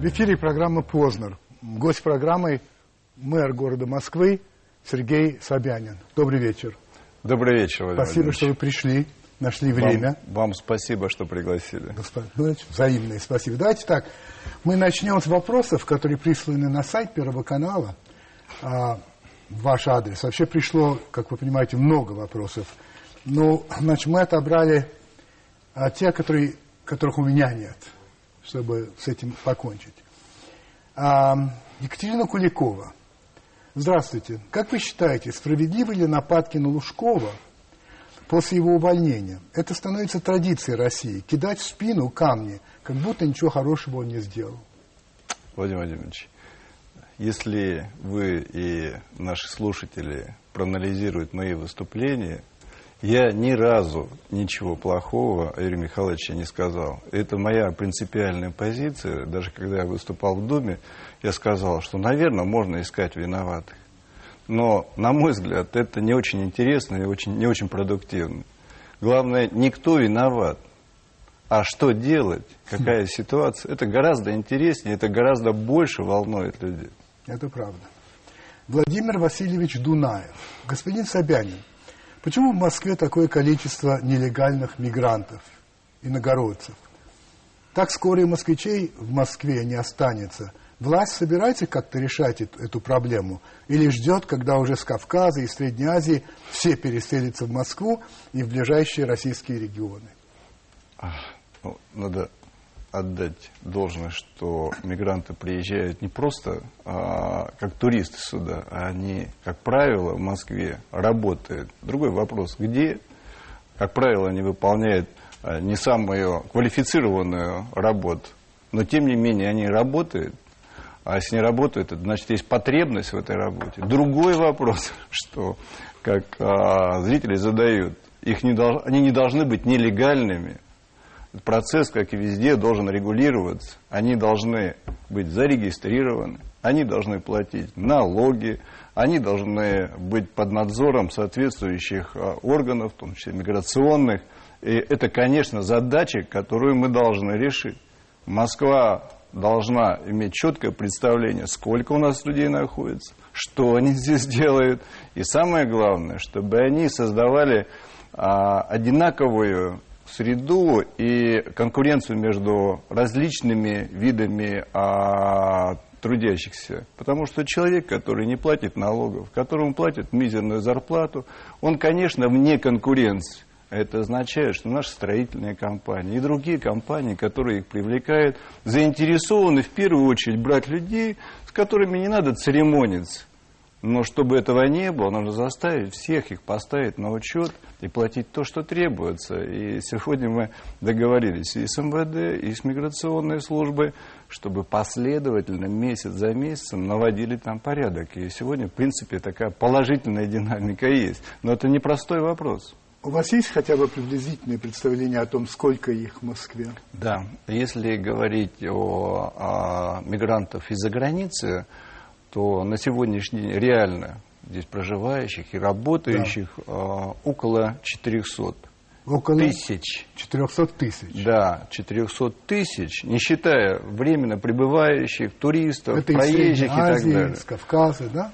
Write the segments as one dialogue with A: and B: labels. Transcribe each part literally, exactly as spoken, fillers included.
A: В эфире программа «Познер». Гость программы мэр города Москвы Сергей Собянин. Добрый вечер.
B: Добрый вечер, Владимир
A: Спасибо,
B: Владимирович.
A: что вы пришли, нашли время.
B: Вам, вам спасибо, что пригласили.
A: Господи, ну, взаимное спасибо. Давайте так, мы начнем с вопросов, которые присланы на сайт Первого канала. А, ваш адрес. Вообще пришло, как вы понимаете, много вопросов. Ну, значит, мы отобрали а, те, которые, которых у меня нет, чтобы с этим покончить. А, Екатерина Куликова. Здравствуйте. Как вы считаете, справедливы ли нападки на Лужкова после его увольнения? Это становится традицией России – кидать в спину камни, как будто ничего хорошего он не сделал.
B: Владимир Владимирович, если вы и наши слушатели проанализируют мои выступления, я ни разу ничего плохого о Юрии Михайловиче не сказал. Это моя принципиальная позиция. Даже когда я выступал в Думе, я сказал, что, наверное, можно искать виноватых. Но, на мой взгляд, это не очень интересно и очень, не очень продуктивно. Главное, не кто виноват, а что делать, какая ситуация. Это гораздо интереснее, это гораздо больше волнует людей.
A: Это правда. Владимир Васильевич Дунаев. Господин Собянин, почему в Москве такое количество нелегальных мигрантов, иногородцев? Так скоро и москвичей в Москве не останется. Власть собирается как-то решать эту, эту проблему? Или ждет, когда уже с Кавказа и Средней Азии все переселятся в Москву и в ближайшие российские регионы?
B: Ну, надо отдать должное, что мигранты приезжают не просто а, как туристы сюда, а они, как правило, в Москве работают. Другой вопрос, где? Как правило, они выполняют а, не самую квалифицированную работу, но тем не менее они работают. А если не работают, это значит, есть потребность в этой работе. Другой вопрос, что, как а, зрители задают, их не долж... они не должны быть нелегальными. Процесс, как и везде, должен регулироваться. Они должны быть зарегистрированы, они должны платить налоги, они должны быть под надзором соответствующих органов, в том числе миграционных. И это, конечно, задача, которую мы должны решить. Москва должна иметь четкое представление, сколько у нас людей находится, что они здесь делают. И самое главное, чтобы они создавали а, одинаковую среду и конкуренцию между различными видами а, трудящихся. Потому что человек, который не платит налогов, которому платят мизерную зарплату, он, конечно, вне конкуренции. Это означает, что наши строительные компании и другие компании, которые их привлекают, заинтересованы в первую очередь брать людей, с которыми не надо церемониться. Но чтобы этого не было, нужно заставить всех их поставить на учет и платить то, что требуется. И сегодня мы договорились и с эм вэ дэ, и с миграционной службой, чтобы последовательно, месяц за месяцем наводили там порядок. И сегодня, в принципе, такая положительная динамика есть. Но это непростой вопрос.
A: У вас есть хотя бы приблизительное представление о том, сколько их в Москве?
B: Да. Если говорить о, о мигрантах из-за границы, то на сегодняшний день реально здесь проживающих и работающих да. э, около четырехсот
A: около
B: тысяч.
A: четырехсот тысяч? Да,
B: четырехсот тысяч, не считая временно прибывающих, туристов,
A: это
B: проезжих и так далее.
A: Из Кавказа, да?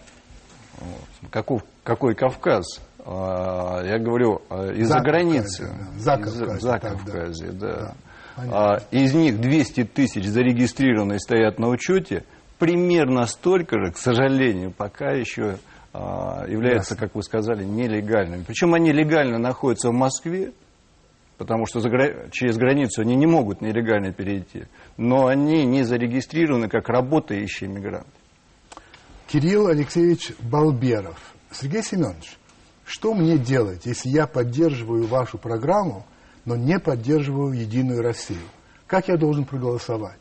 B: Вот. Каков, какой Кавказ? А, я говорю, из-за границы.
A: Да. За Кавказе.
B: Из-за Кавказе, да. да. А, из них двести тысяч зарегистрированные стоят на учете. Примерно столько же, к сожалению, пока еще а, являются, Ясно. Как вы сказали, нелегальными. Причем они легально находятся в Москве, потому что за, через границу они не могут нелегально перейти. Но они не зарегистрированы как работающие мигранты.
A: Кирилл Алексеевич Балберов. Сергей Семенович, что мне делать, если я поддерживаю вашу программу, но не поддерживаю Единую Россию? Как я должен проголосовать?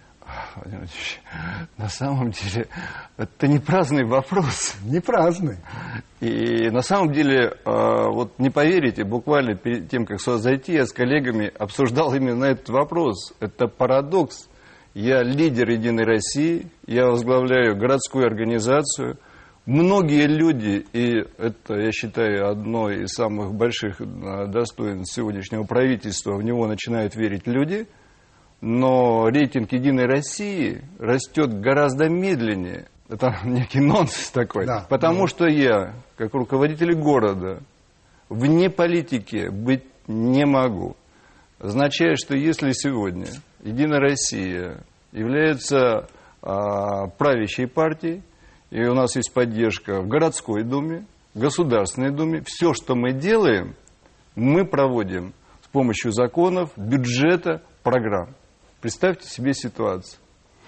B: На самом деле, это не праздный вопрос.
A: Не праздный.
B: И на самом деле, вот не поверите, буквально перед тем, как сюда зайти, я с коллегами обсуждал именно этот вопрос. Это парадокс. Я лидер Единой России, я возглавляю городскую организацию. Многие люди, и это, я считаю, одно из самых больших достоинств сегодняшнего правительства, в него начинают верить люди. но рейтинг «Единой России» растет гораздо медленнее. Это некий нонсенс такой. Да, потому да. что я, как руководитель города, вне политики быть не могу. Означает, что если сегодня «Единая Россия» является а, правящей партией, и у нас есть поддержка в городской думе, в Государственной думе, все, что мы делаем, мы проводим с помощью законов, бюджета, программ. Представьте себе ситуацию.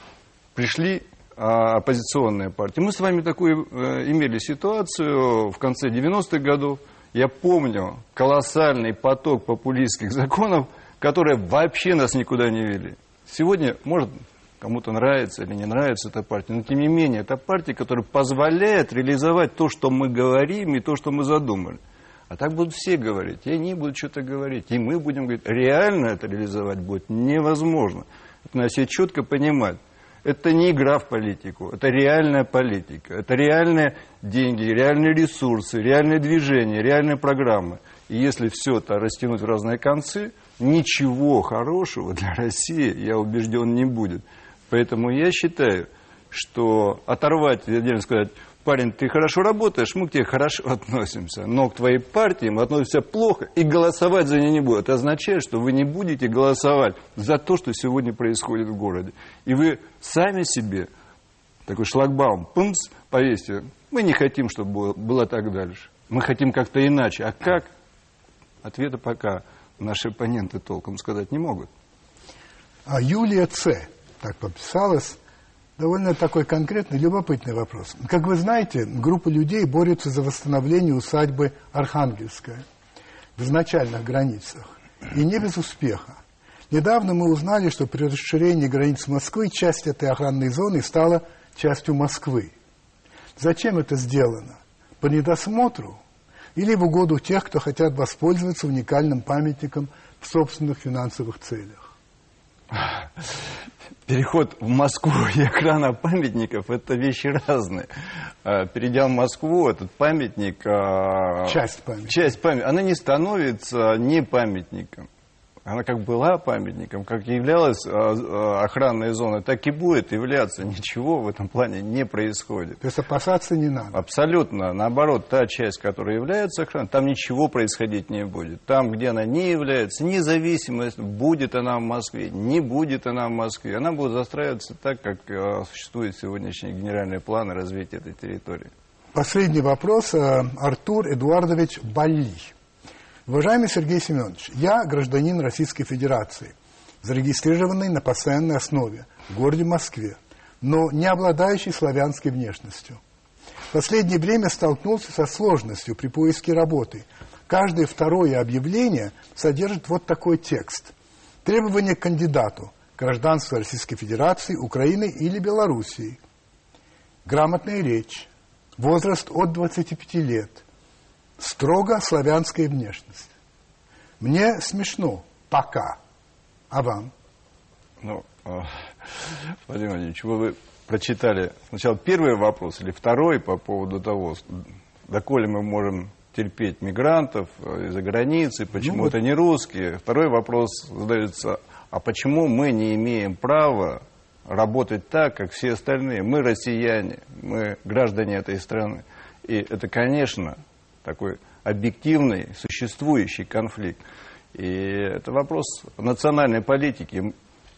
B: Пришли а, оппозиционные партии. Мы с вами такую э, имели ситуацию в конце девяностых годов. Я помню колоссальный поток популистских законов, которые вообще нас никуда не вели. Сегодня, может, кому-то нравится или не нравится эта партия, но тем не менее, это партия, которая позволяет реализовать то, что мы говорим, и то, что мы задумали. А так будут все говорить, и они будут что-то говорить, и мы будем говорить. Реально это реализовать будет невозможно. Это надо все четко понимать. Это не игра в политику, это реальная политика, это реальные деньги, реальные ресурсы, реальные движения, реальные программы. И если все это растянуть в разные концы, ничего хорошего для России, я убежден, не будет. Поэтому я считаю, что оторвать, отдельно сказать, парень, ты хорошо работаешь, мы к тебе хорошо относимся, но к твоей партии мы относимся плохо и голосовать за нее не будем. Это означает, что вы не будете голосовать за то, что сегодня происходит в городе. И вы сами себе такой шлагбаум, пумс, повесьте. Мы не хотим, чтобы было, было так дальше. Мы хотим как-то иначе. А как? Ответа пока наши оппоненты толком сказать не могут.
A: А Юлия Ц. так подписалась. Довольно такой конкретный, любопытный вопрос. Как вы знаете, группа людей борется за восстановление усадьбы Архангельская в изначальных границах. И не без успеха. Недавно мы узнали, что при расширении границ Москвы часть этой охранной зоны стала частью Москвы. Зачем это сделано? По недосмотру? Или в угоду тех, кто хотят воспользоваться уникальным памятником в собственных финансовых целях?
B: Переход в Москву и охрана памятников – это вещи разные. Перейдя в Москву, этот памятник…
A: Часть памятника.
B: Часть памятника. Она не становится не памятником. Она как была памятником, как являлась охранной зоной, так и будет являться. Ничего в этом плане не происходит.
A: То есть опасаться не надо?
B: Абсолютно. Наоборот, та часть, которая является охраной, там ничего происходить не будет. Там, где она не является, независимо, будет она в Москве, не будет она в Москве, она будет застраиваться так, как существуют сегодняшние генеральные планы развития этой территории.
A: Последний вопрос. Артур Эдуардович Балли. Уважаемый Сергей Семенович, я гражданин Российской Федерации, зарегистрированный на постоянной основе в городе Москве, но не обладающий славянской внешностью. В последнее время столкнулся со сложностью при поиске работы. Каждое второе объявление содержит вот такой текст. Требования к кандидату. Гражданство Российской Федерации, Украины или Белоруссии. Грамотная речь. Возраст от двадцати пяти лет. Строго славянская внешность. Мне смешно. Пока. А вам?
B: Ну, Владимир Владимирович, вы прочитали сначала первый вопрос или второй по поводу того, доколе мы можем терпеть мигрантов из-за границы, почему ну, это вот... не русские. Второй вопрос задается, а почему мы не имеем права работать так, как все остальные? Мы россияне, мы граждане этой страны. И это, конечно, такой объективный, существующий конфликт. И это вопрос национальной политики.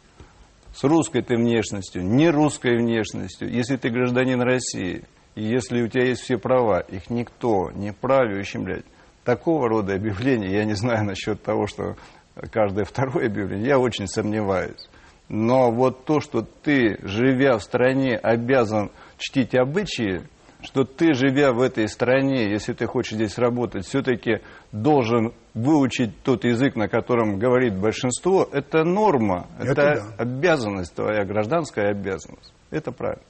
B: С русской ты внешностью, не русской внешностью. Если ты гражданин России, и если у тебя есть все права, их никто не вправе ущемлять. Такого рода объявления, я не знаю насчет того, что каждое второе объявление, я очень сомневаюсь. Но вот то, что ты, живя в стране, обязан чтить обычаи, что ты, живя в этой стране, если ты хочешь здесь работать, все-таки должен выучить тот язык, на котором говорит большинство, это норма, это, это да. обязанность твоя, гражданская обязанность. Это правильно.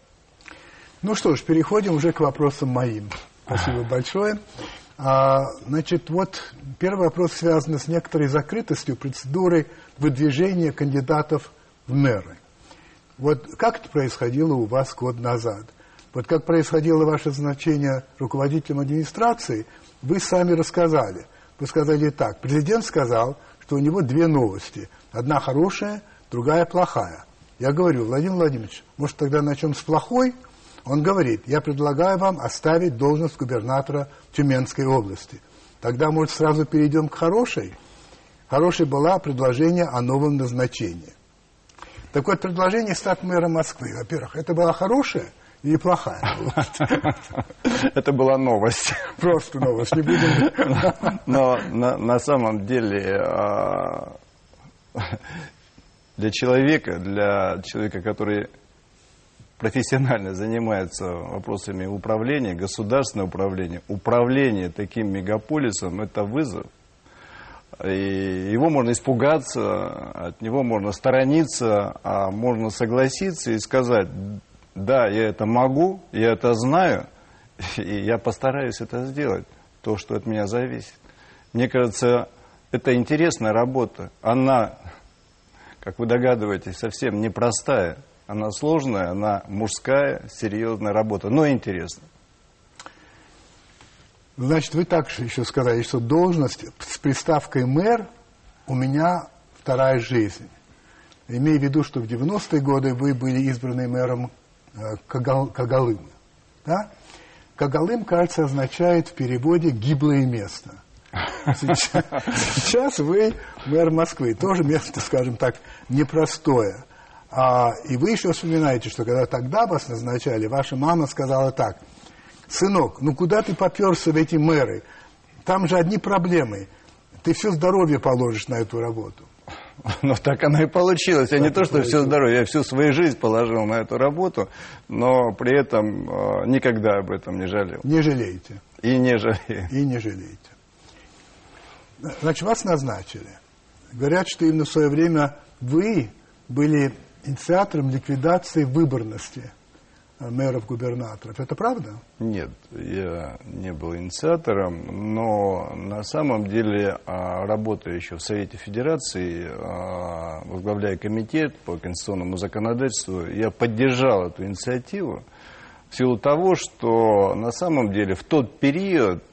A: Ну что ж, переходим уже к вопросам моим. Спасибо большое. А, значит, вот первый вопрос связан с некоторой закрытостью процедуры выдвижения кандидатов в мэры. Вот как это происходило у вас год назад? Вот как происходило ваше назначение руководителем администрации, вы сами рассказали. Вы сказали так. Президент сказал, что у него две новости. Одна хорошая, другая плохая. Я говорю: Владимир Владимирович, может, тогда начнем с плохой? Он говорит: я предлагаю вам оставить должность губернатора Тюменской области. Тогда, может, сразу перейдем к хорошей? Хорошей было предложение о новом назначении. Так вот, предложение стать мэром Москвы, во-первых, это была хорошая или плохая?
B: Это была новость.
A: Просто новость, не будем...
B: Но на, на самом деле для человека, для человека, который профессионально занимается вопросами управления, государственного управления, управление таким мегаполисом – это вызов. И его можно испугаться, от него можно сторониться, а можно согласиться и сказать: да, я это могу, я это знаю, и я постараюсь это сделать, то, что от меня зависит. Мне кажется, это интересная работа. Она, как вы догадываетесь, совсем непростая. Она сложная, она мужская, серьезная работа, но интересная.
A: Значит, вы также еще сказали, что должность с приставкой «мэр» у меня вторая жизнь. Имея в виду, что в девяностые годы вы были избраны мэром Кагал, Когалыма. Да? Когалым, кажется, означает в переводе «гиблое место». Сейчас, сейчас вы мэр Москвы. Тоже место, скажем так, непростое. А, и вы еще вспоминаете, что когда тогда вас назначали, ваша мама сказала так: сынок, ну куда ты попёрся в эти мэры? Там же одни проблемы. Ты все здоровье положишь на эту работу.
B: Ну, так оно и получилось. Я так не то, что все здоровье, я всю свою жизнь положил на эту работу, но при этом э, никогда об этом не жалел.
A: Не жалеете.
B: И не жалею.
A: И не жалеете. Значит, вас назначили. Говорят, что именно в свое время вы были инициатором ликвидации выборности мэров-губернаторов. Это правда?
B: Нет, я не был инициатором, но на самом деле, работая еще в Совете Федерации, возглавляя комитет по конституционному законодательству, я поддержал эту инициативу в силу того, что на самом деле в тот период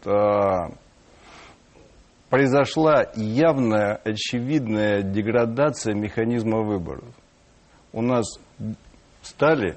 B: произошла явная, очевидная деградация механизма выборов. У нас стали...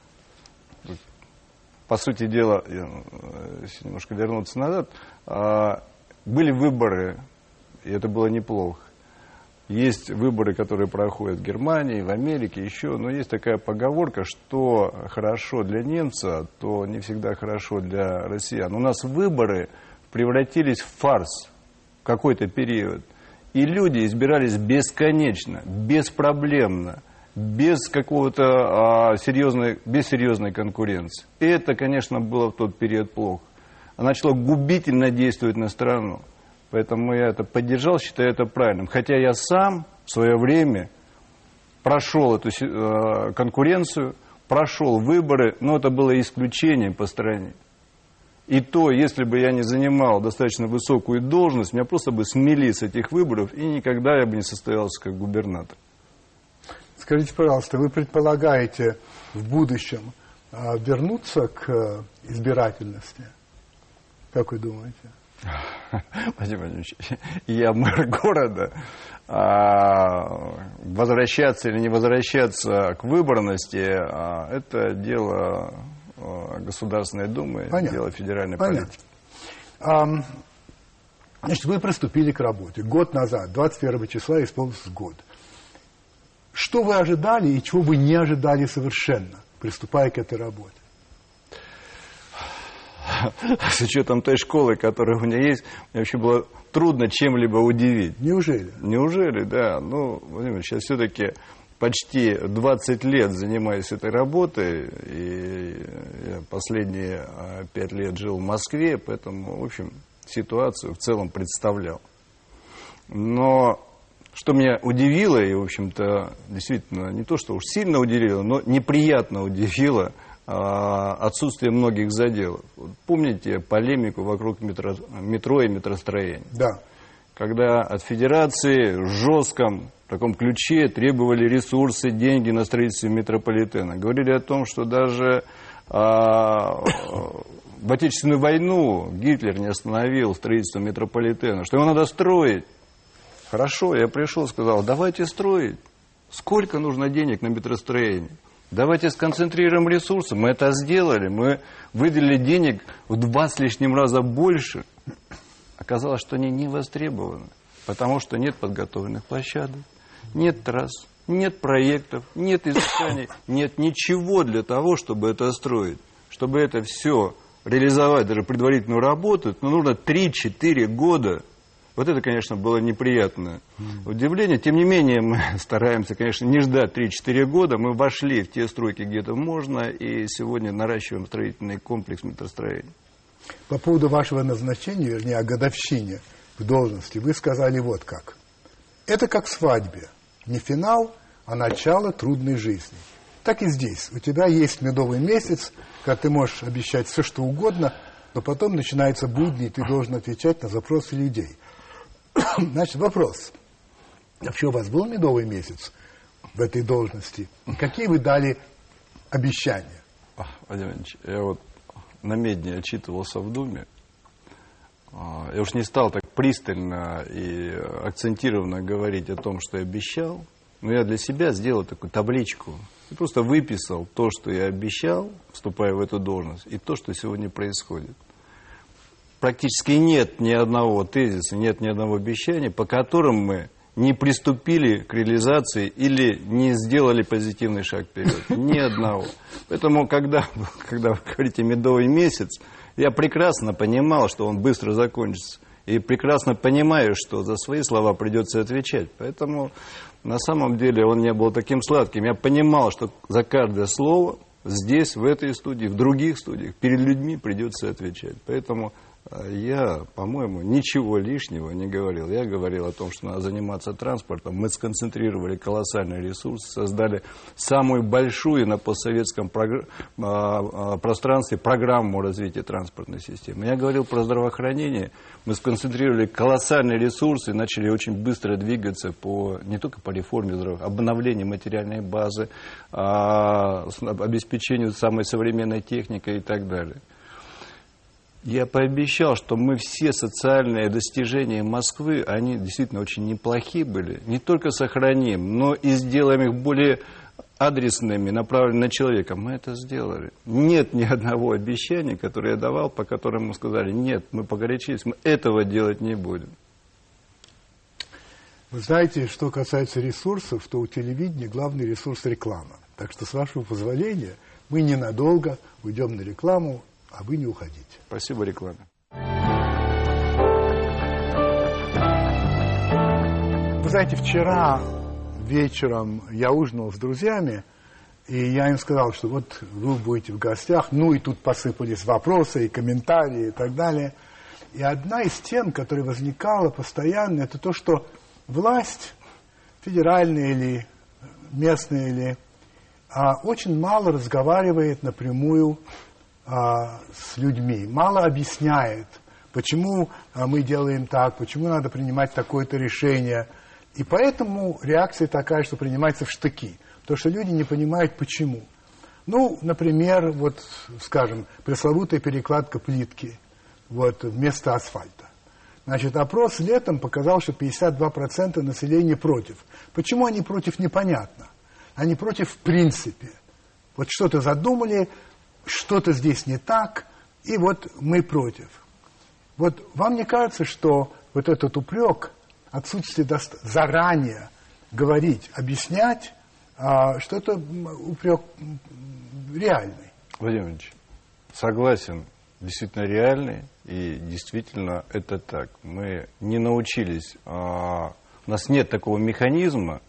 B: По сути дела, если немножко вернуться назад, были выборы, и это было неплохо. Есть выборы, которые проходят в Германии, в Америке, еще, но есть такая поговорка, что хорошо для немца, то не всегда хорошо для россиян. У нас выборы превратились в фарс в какой-то период, и люди избирались бесконечно, беспроблемно, без какого-то а, серьезной, без серьезной конкуренции. И это, конечно, было в тот период плохо. Она начала губительно действовать на страну. Поэтому я это поддержал, считаю это правильным. Хотя я сам в свое время прошел эту э, конкуренцию, прошел выборы, но это было исключением по стране. И то, если бы я не занимал достаточно высокую должность, меня просто бы смели с этих выборов, и никогда я бы не состоялся как губернатор.
A: Скажите, пожалуйста, вы предполагаете в будущем а, вернуться к избирательности? Как вы думаете?
B: Владимир Владимирович, я мэр города. А возвращаться или не возвращаться к выборности, а, это дело а, Государственной Думы, Понятно. Дело федеральной
A: Понятно.
B: политики.
A: А, значит, вы приступили к работе год назад, двадцать первого числа исполнился год. Что вы ожидали и чего вы не ожидали совершенно, приступая к этой работе?
B: С учетом той школы, которая у меня есть, мне вообще было трудно чем-либо удивить.
A: Неужели?
B: Неужели, да. Ну, Владимир, сейчас все-таки почти двадцать лет занимаюсь этой работой, и я последние пять лет жил в Москве, поэтому, в общем, ситуацию в целом представлял. Но... Что меня удивило, и, в общем-то, действительно, не то, что уж сильно удивило, но неприятно удивило а, отсутствие многих заделов. Вот помните полемику вокруг метро, метро и метростроения?
A: Да.
B: Когда от Федерации в жестком таком ключе требовали ресурсы, деньги на строительство метрополитена. Говорили о том, что даже а, в Отечественную войну Гитлер не остановил строительство метрополитена, что его надо строить. Хорошо, я пришел, сказал, давайте строить. Сколько нужно денег на метростроение? Давайте сконцентрируем ресурсы. Мы это сделали. Мы выделили денег в два с лишним раза больше. Оказалось, что они не востребованы, потому что нет подготовленных площадок, нет трасс, нет проектов, нет изысканий, нет ничего для того, чтобы это строить. Чтобы это все реализовать, даже предварительную работу, ну, нужно три-четыре года. Вот это, конечно, было неприятное удивление. Тем не менее, мы стараемся, конечно, не ждать три-четыре года. Мы вошли в те стройки, где это можно, и сегодня наращиваем строительный комплекс метростроения.
A: По поводу вашего назначения, вернее, о годовщине в должности, вы сказали вот как. Это как в свадьбе. Не финал, а начало трудной жизни. Так и здесь. У тебя есть медовый месяц, когда ты можешь обещать все, что угодно, но потом начинается будни, и ты должен отвечать на запросы людей. Значит, вопрос. Вообще у вас был медовый месяц в этой должности? Какие вы дали обещания?
B: Владимир Ильич, я вот на медне отчитывался в Думе. Я уж не стал так пристально и акцентированно говорить о том, что я обещал. Но я для себя сделал такую табличку. И просто выписал то, что я обещал, вступая в эту должность, и то, что сегодня происходит. Практически нет ни одного тезиса, нет ни одного обещания, по которым мы не приступили к реализации или не сделали позитивный шаг вперед. Ни одного. Поэтому, когда, когда вы говорите «медовый месяц», я прекрасно понимал, что он быстро закончится. И прекрасно понимаю, что за свои слова придется отвечать. Поэтому, на самом деле, он не был таким сладким. Я понимал, что за каждое слово здесь, в этой студии, в других студиях, перед людьми придется отвечать. Поэтому я, по-моему, ничего лишнего не говорил. Я говорил о том, что надо заниматься транспортом. Мы сконцентрировали колоссальный ресурс, создали самую большую на постсоветском пространстве программу развития транспортной системы. Я говорил про здравоохранение. Мы сконцентрировали колоссальный ресурс и начали очень быстро двигаться по, не только по реформе здравоохранения, обновлению материальной базы, обеспечению самой современной техникой и так далее. Я пообещал, что мы все социальные достижения Москвы, они действительно очень неплохие были, не только сохраним, но и сделаем их более адресными, направленными на человека. Мы это сделали. Нет ни одного обещания, которое я давал, по которому мы сказали, нет, мы погорячились, мы этого делать не будем.
A: Вы знаете, что касается ресурсов, то у телевидения главный ресурс – реклама. Так что, с вашего позволения, мы ненадолго уйдем на рекламу, а вы не уходите.
B: Спасибо рекламе.
A: Вы знаете, вчера вечером я ужинал с друзьями, и я им сказал, что вот вы будете в гостях, ну и тут посыпались вопросы и комментарии и так далее. И одна из тем, которая возникала постоянно, это то, что власть, федеральная или местная, или, а, очень мало разговаривает напрямую с людьми, мало объясняет, почему мы делаем так, почему надо принимать такое-то решение. И поэтому реакция такая, что принимается в штыки. То, что люди не понимают, почему. Ну, например, вот, скажем, пресловутая перекладка плитки вот, вместо асфальта. Значит, опрос летом показал, что пятьдесят два процента населения против. Почему они против, непонятно. Они против в принципе. Вот что-то задумали, что-то здесь не так, и вот мы против. Вот вам не кажется, что вот этот упрек, отсутствие дост... заранее говорить, объяснять, а, что это упрек реальный?
B: Владимир Ильич, согласен, действительно реальный, и действительно это так. Мы не научились, а, у нас нет такого механизма,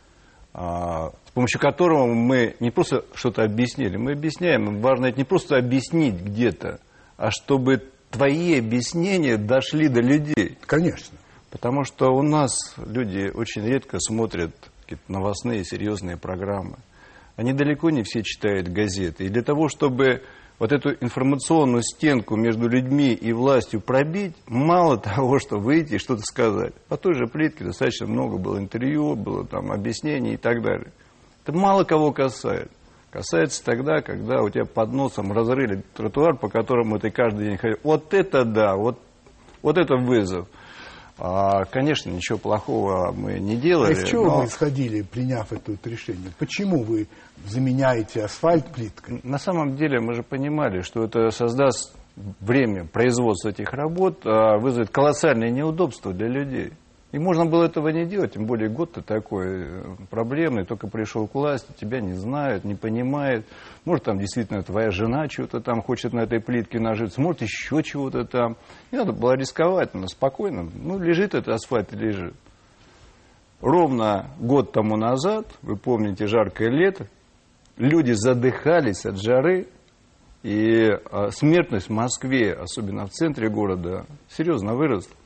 B: а, с помощью которого мы не просто что-то объяснили, мы объясняем. Важно это не просто объяснить где-то, а чтобы твои объяснения дошли до людей.
A: Конечно.
B: Потому что у нас люди очень редко смотрят какие-то новостные серьезные программы. Они далеко не все читают газеты. И для того, чтобы вот эту информационную стенку между людьми и властью пробить, мало того, что выйти и что-то сказать. По той же плитке достаточно много было интервью, было там объяснений и так далее. Это мало кого касается. Касается тогда, когда у тебя под носом разрыли тротуар, по которому ты каждый день ходишь. Вот это да, вот, вот это вызов. А, конечно, ничего плохого мы не делали.
A: А из чего
B: но...
A: вы исходили, приняв это решение? Почему вы заменяете асфальт плиткой?
B: На самом деле мы же понимали, что это создаст время производства этих работ, вызовет колоссальные неудобства для людей. И можно было этого не делать, тем более год-то такой проблемный, только пришел к власти, тебя не знают, не понимают. Может, там действительно твоя жена чего-то там хочет на этой плитке нажиться, может, еще чего-то там. Не надо было рисковать, но спокойно. Ну, лежит этот асфальт и лежит. Ровно год тому назад, вы помните, жаркое лето, люди задыхались от жары, и смертность в Москве, особенно в центре города, серьезно выросла.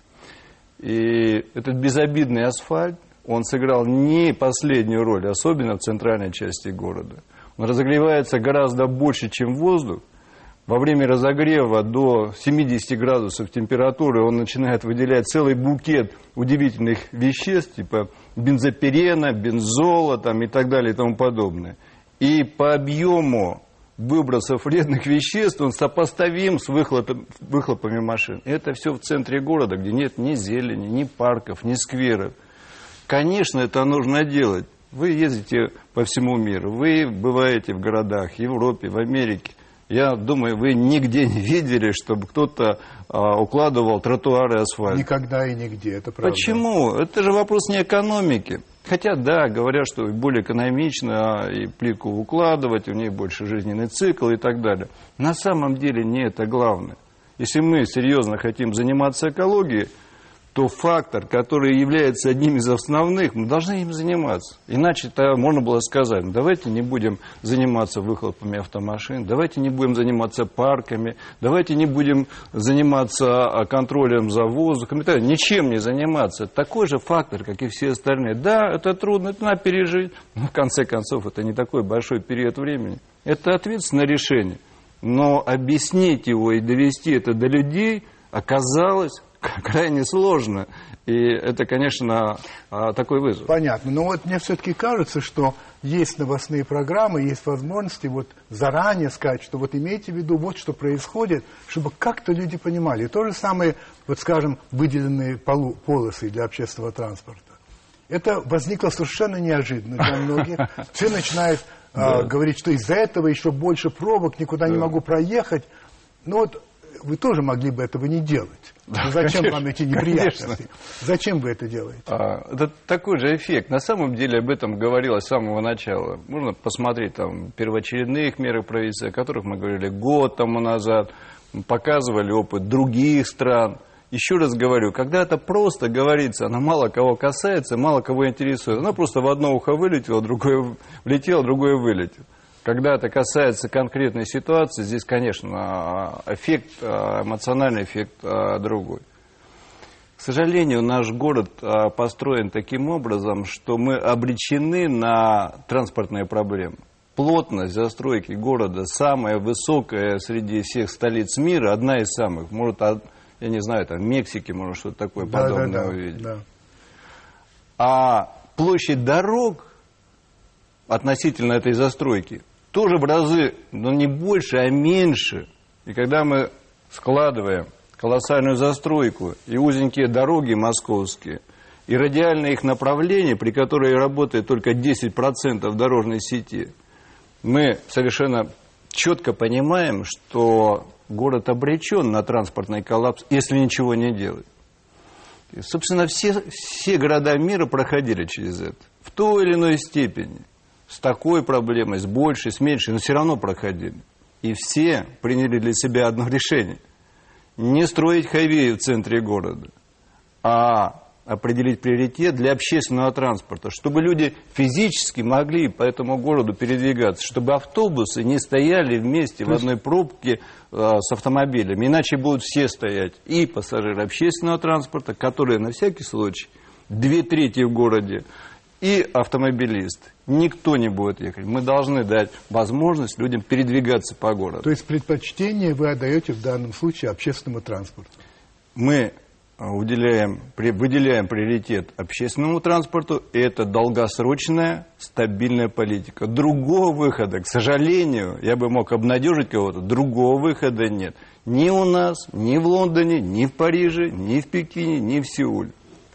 B: И этот безобидный асфальт, он сыграл не последнюю роль, особенно в центральной части города. Он разогревается гораздо больше, чем воздух. Во время разогрева до семидесяти градусов температуры он начинает выделять целый букет удивительных веществ, типа бензопирена, бензола там, и так далее и тому подобное. И по объему выбросов вредных веществ, он сопоставим с выхлопами, выхлопами машин. Это все в центре города, где нет ни зелени, ни парков, ни скверов. Конечно, это нужно делать. Вы ездите по всему миру, вы бываете в городах, в Европе, в Америке. Я думаю, вы нигде не видели, чтобы кто-то а, укладывал тротуары асфальт.
A: Никогда и нигде, это правда.
B: Почему? Это же вопрос не экономики. Хотя, да, говорят, что более экономично и плитку укладывать, у нее больше жизненный цикл и так далее. На самом деле не это главное. Если мы серьезно хотим заниматься экологией, то фактор, который является одним из основных, мы должны им заниматься. Иначе-то можно было сказать, ну, давайте не будем заниматься выхлопами автомашин, давайте не будем заниматься парками, давайте не будем заниматься контролем за воздухом, ничем не заниматься. Это такой же фактор, как и все остальные. Да, это трудно, это надо пережить, но в конце концов это не такой большой период времени. Это ответственное решение. Но объяснить его и довести это до людей оказалось крайне сложно. И это, конечно, такой вызов.
A: Понятно. Но вот мне все-таки кажется, что есть новостные программы, есть возможности вот заранее сказать, что вот имейте в виду вот что происходит, чтобы как-то люди понимали. И то же самое, вот скажем, выделенные полу, полосы для общественного транспорта. Это возникло совершенно неожиданно для многих. Все начинают а, говорить, что из-за этого еще больше пробок, никуда не могу проехать. Ну вот вы тоже могли бы этого не делать.
B: Да,
A: ну, зачем
B: конечно,
A: вам эти неприятности?
B: Конечно.
A: Зачем вы это делаете?
B: А, это такой же эффект. На самом деле об этом говорилось с самого начала. Можно посмотреть там первоочередные меры правительства, о которых мы говорили год тому назад, показывали опыт других стран. Еще раз говорю, когда это просто говорится, она мало кого касается, мало кого интересует. Она просто в одно ухо вылетела, другое влетело, другое вылетело. Когда это касается конкретной ситуации, здесь, конечно, эффект, эмоциональный эффект другой. К сожалению, наш город построен таким образом, что мы обречены на транспортные проблемы. Плотность застройки города самая высокая среди всех столиц мира, одна из самых. Может, я не знаю, там в Мексике можно что-то такое да, подобное да, да, увидеть. Да. А площадь дорог относительно этой застройки тоже в разы, но не больше, а меньше. И когда мы складываем колоссальную застройку и узенькие дороги московские, и радиальные их направления, при которых работает только десять процентов дорожной сети, мы совершенно четко понимаем, что город обречен на транспортный коллапс, если ничего не делать. И, собственно, все, все города мира проходили через это в той или иной степени. С такой проблемой, с большей, с меньшей, но все равно проходили. И все приняли для себя одно решение. Не строить хайвеи в центре города, а определить приоритет для общественного транспорта, чтобы люди физически могли по этому городу передвигаться, чтобы автобусы не стояли вместе в одной пробке э, с автомобилями, иначе будут все стоять. И пассажиры общественного транспорта, которые на всякий случай, две трети в городе, и автомобилист. Никто не будет ехать. Мы должны дать возможность людям передвигаться по городу.
A: То есть предпочтение вы отдаете в данном случае общественному транспорту?
B: Мы уделяем, выделяем приоритет общественному транспорту, и это долгосрочная, стабильная политика. Другого выхода, к сожалению, я бы мог обнадежить кого-то, другого выхода нет. Ни у нас, ни в Лондоне, ни в Париже, ни в Пекине, ни в Сеуле.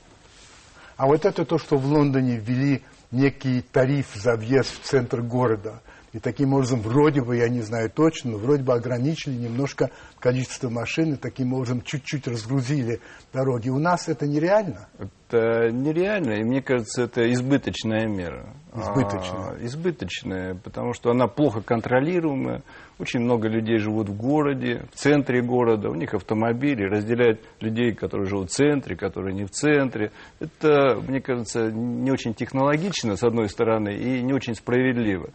A: А вот это то, что в Лондоне ввели некий тариф за въезд в центр города. И таким образом, вроде бы, я не знаю точно, но вроде бы ограничили немножко количество машин, и таким образом чуть-чуть разгрузили дороги. У нас это нереально?
B: Это нереально, и мне кажется, это избыточная мера.
A: Избыточная?
B: А, избыточная, потому что она плохо контролируемая. Очень много людей живут в городе, в центре города, у них автомобили, разделяют людей, которые живут в центре, которые не в центре. Это, мне кажется, не очень технологично, с одной стороны, и не очень справедливо.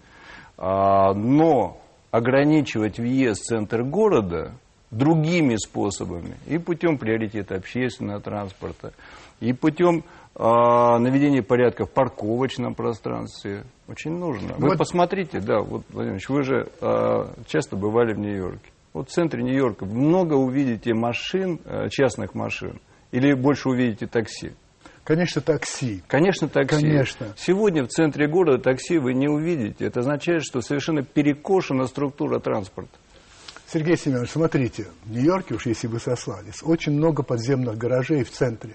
B: Но ограничивать въезд в центр города другими способами, и путем приоритета общественного транспорта, и путем э, наведения порядка в парковочном пространстве, очень нужно. Вы вот посмотрите, да, вот, Владимир Ильич, вы же э, часто бывали в Нью-Йорке. Вот в центре Нью-Йорка много увидите машин, э, частных машин, или больше увидите такси?
A: Конечно, такси.
B: Конечно, такси.
A: Конечно.
B: Сегодня в центре города такси вы не увидите. Это означает, что совершенно перекошена структура транспорта.
A: Сергей Семенович, смотрите, в Нью-Йорке, уж если вы сослались, очень много подземных гаражей в центре.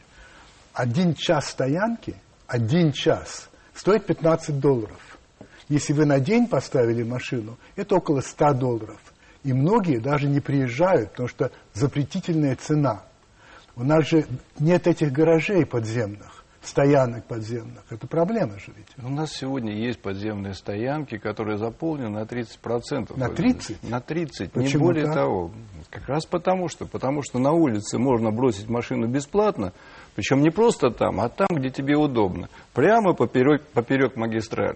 A: Один час стоянки, один час, стоит пятнадцать долларов. Если вы на день поставили машину, это около ста долларов. И многие даже не приезжают, потому что запретительная цена. У нас же нет этих гаражей подземных, стоянок подземных. Это проблема же ведь.
B: У нас сегодня есть подземные стоянки, которые заполнены на тридцать процентов.
A: На тридцать?
B: На тридцать,
A: Почему
B: не более
A: так?
B: того. Как раз потому что. Потому что на улице можно бросить машину бесплатно, причем не просто там, а там, где тебе удобно. Прямо поперек, поперек магистрали.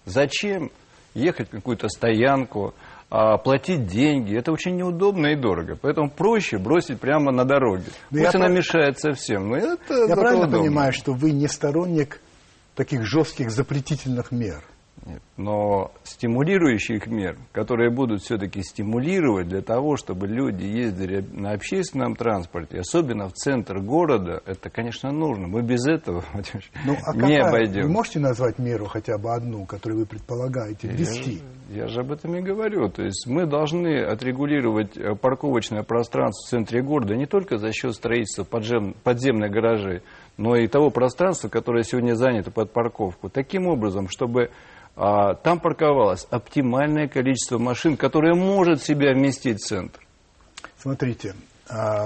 B: Зачем ехать в какую-то стоянку, а платить деньги? Это очень неудобно и дорого. Поэтому проще бросить прямо на дороге. Но Пусть она прав... мешает совсем, но это
A: Я правильно
B: удобно.
A: понимаю, что вы не сторонник таких жестких запретительных мер?
B: Нет, но стимулирующих мер, которые будут все-таки стимулировать для того, чтобы люди ездили на общественном транспорте, особенно в центр города, это, конечно, нужно. Мы без этого ну, а не какая? обойдем.
A: Вы можете назвать меру хотя бы одну, которую вы предполагаете ввести?
B: Я, я же об этом и говорю. То есть мы должны отрегулировать парковочное пространство в центре города не только за счет строительства подзем, подземных гаражей, но и того пространства, которое сегодня занято под парковку. Таким образом, чтобы а, там парковалось оптимальное количество машин, которое может в себя вместить центр.
A: Смотрите, а,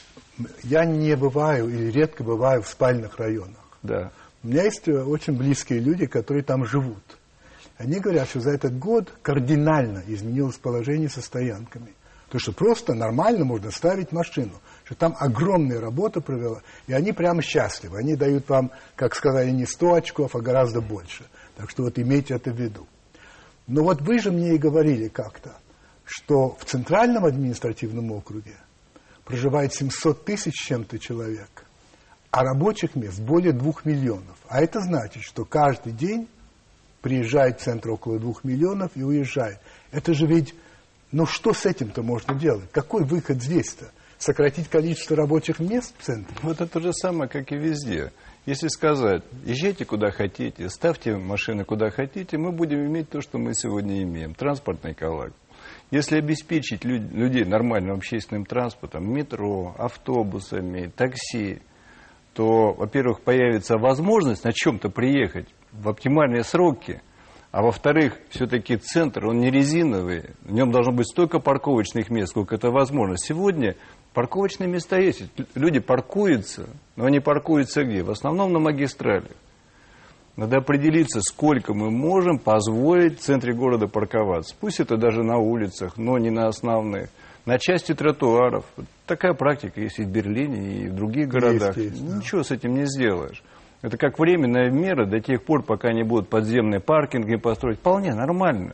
A: я не бываю или редко бываю в спальных районах.
B: Да.
A: У меня есть очень близкие люди, которые там живут. Они говорят, что за этот год кардинально изменилось положение со стоянками. То, что просто нормально можно ставить машину. Что там огромная работа провела, и они прямо счастливы. Они дают вам, как сказали, не сто очков, а гораздо больше. Так что вот имейте это в виду. Но вот вы же мне и говорили как-то, что в Центральном административном округе проживает семьсот тысяч с чем-то человек, а рабочих мест более двух миллионов. А это значит, что каждый день приезжает в центр около двух миллионов и уезжает. Это же ведь, ну что с этим-то можно делать? Какой выход здесь-то? Сократить количество рабочих мест в центре?
B: Вот это то же самое, как и везде. Если сказать, езжайте куда хотите, ставьте машины куда хотите, мы будем иметь то, что мы сегодня имеем. Транспортный коллапс. Если обеспечить люд, людей нормальным общественным транспортом, метро, автобусами, такси, то, во-первых, появится возможность на чем-то приехать в оптимальные сроки, а во-вторых, все-таки центр, он не резиновый, в нем должно быть столько парковочных мест, сколько это возможно. Сегодня парковочные места есть, люди паркуются, но они паркуются где? В основном на магистрали. Надо определиться, сколько мы можем позволить в центре города парковаться. Пусть это даже на улицах, но не на основных. На части тротуаров. Такая практика есть и в Берлине, и в других городах.
A: Есть, есть, да.
B: Ничего с этим не сделаешь. Это как временная мера до тех пор, пока не будут подземные паркинги построить. Вполне нормально.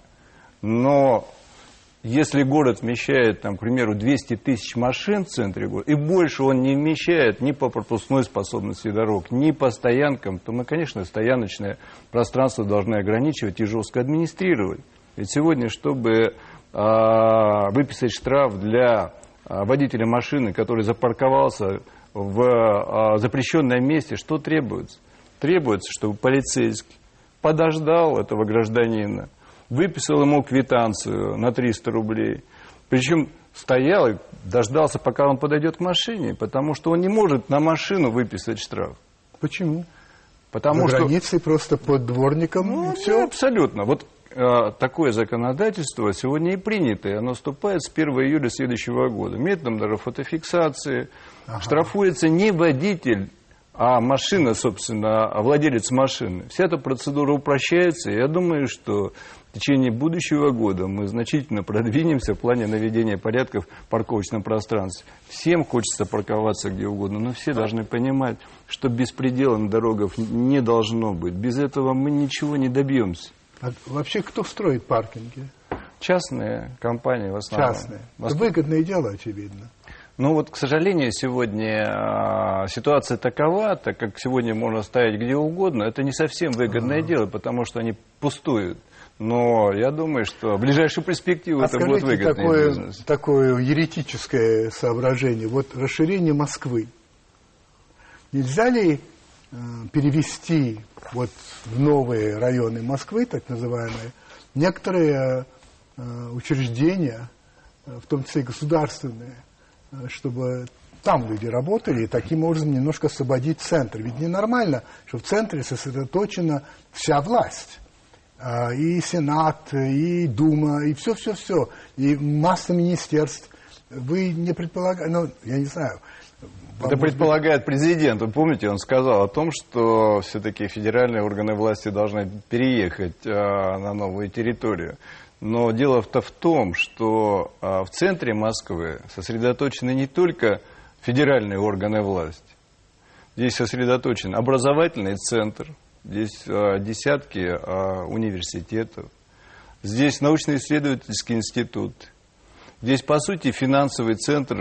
B: Но если город вмещает, там, к примеру, двести тысяч машин в центре города, и больше он не вмещает ни по пропускной способности дорог, ни по стоянкам, то мы, конечно, стояночное пространство должны ограничивать и жестко администрировать. Ведь сегодня, чтобы а, выписать штраф для а, водителя машины, который запарковался в а, запрещенном месте, что требуется? Требуется, чтобы полицейский подождал этого гражданина, выписал ему квитанцию на триста рублей, причем стоял и дождался, пока он подойдет к машине, потому что он не может на машину выписать штраф.
A: Почему?
B: Потому
A: За
B: что...
A: границей просто под дворником,
B: ну,
A: и все.
B: Да, абсолютно. Вот э, такое законодательство сегодня и принято, и оно вступает с первого июля следующего года. Методом даже фотофиксации. Ага. Штрафуется не водитель, а машина, собственно, а владелец машины. Вся эта процедура упрощается, и я думаю, что в течение будущего года мы значительно продвинемся в плане наведения порядков в парковочном пространстве. Всем хочется парковаться где угодно, но все должны понимать, что беспредела на дорогах не должно быть. Без этого мы ничего не добьемся.
A: А вообще кто строит паркинги?
B: Частные компании в основном.
A: Частные. Это выгодное дело, очевидно.
B: Ну вот, к сожалению, сегодня э, ситуация такова, так как сегодня можно ставить где угодно, это не совсем выгодное А-а-а. дело, потому что они пустуют. Но я думаю, что в ближайшую перспективу а это будет выгодный
A: такое,
B: бизнес.
A: Такое еретическое соображение. Вот расширение Москвы. Нельзя ли э, перевести вот в новые районы Москвы, так называемые, некоторые э, учреждения, э, в том числе и государственные, чтобы там люди работали и таким образом немножко освободить центр. Ведь ненормально, что в центре сосредоточена вся власть. И Сенат, и Дума, и все-все-все. И масса министерств. Вы не предполагаете, ну, я не знаю.
B: Это предполагает президент. Вы помните, он сказал о том, что все-таки федеральные органы власти должны переехать на новую территорию. Но дело-то в том, что а, в центре Москвы сосредоточены не только федеральные органы власти. Здесь сосредоточен образовательный центр, здесь а, десятки а, университетов, здесь научно-исследовательский институт, здесь, по сути, финансовый центр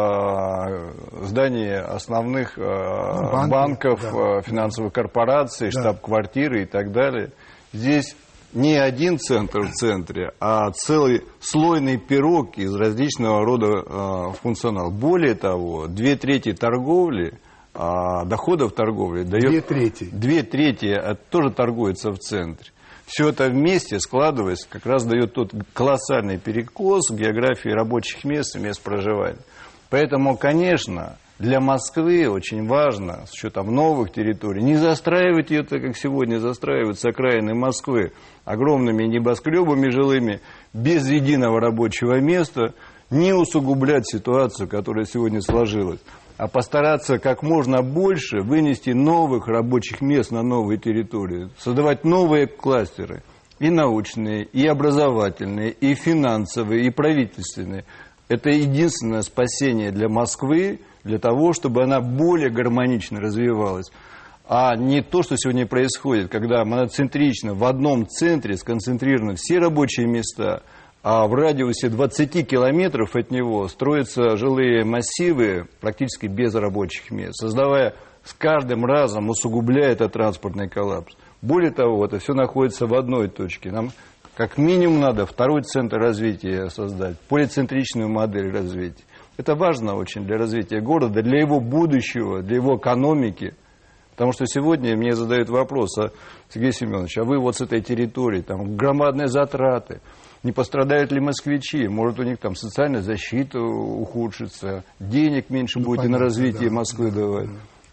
B: а, здания основных а, ну, банки, банков, да. а, финансовых корпораций, да. штаб-квартиры и так далее. Здесь не один центр в центре, а целый слойный пирог из различного рода э, функционала. Более того, две трети торговли, э, доходов торговли дает...
A: Две трети.
B: Две трети тоже торгуется в центре. Все это вместе, складываясь, как раз дает тот колоссальный перекос в географии рабочих мест и мест проживания. Поэтому, конечно, для Москвы очень важно, с учетом новых территорий, не застраивать ее так, как сегодня застраиваются окраины Москвы, огромными небоскребами жилыми, без единого рабочего места, не усугублять ситуацию, которая сегодня сложилась, а постараться как можно больше вынести новых рабочих мест на новые территории, создавать новые кластеры, и научные, и образовательные, и финансовые, и правительственные. Это единственное спасение для Москвы, для того, чтобы она более гармонично развивалась. А не то, что сегодня происходит, когда моноцентрично в одном центре сконцентрированы все рабочие места, а в радиусе двадцати километров от него строятся жилые массивы практически без рабочих мест, создавая с каждым разом, усугубляя этот транспортный коллапс. Более того, это все находится в одной точке. Нам как минимум надо второй центр развития создать, полицентричную модель развития. Это важно очень для развития города, для его будущего, для его экономики. Потому что сегодня мне задают вопрос, а, Сергей Семенович, а вы вот с этой территории, там громадные затраты, не пострадают ли москвичи, может у них там социальная защита ухудшится, денег меньше ну, будет понятно, и на развитие да, Москвы да, давать. Да.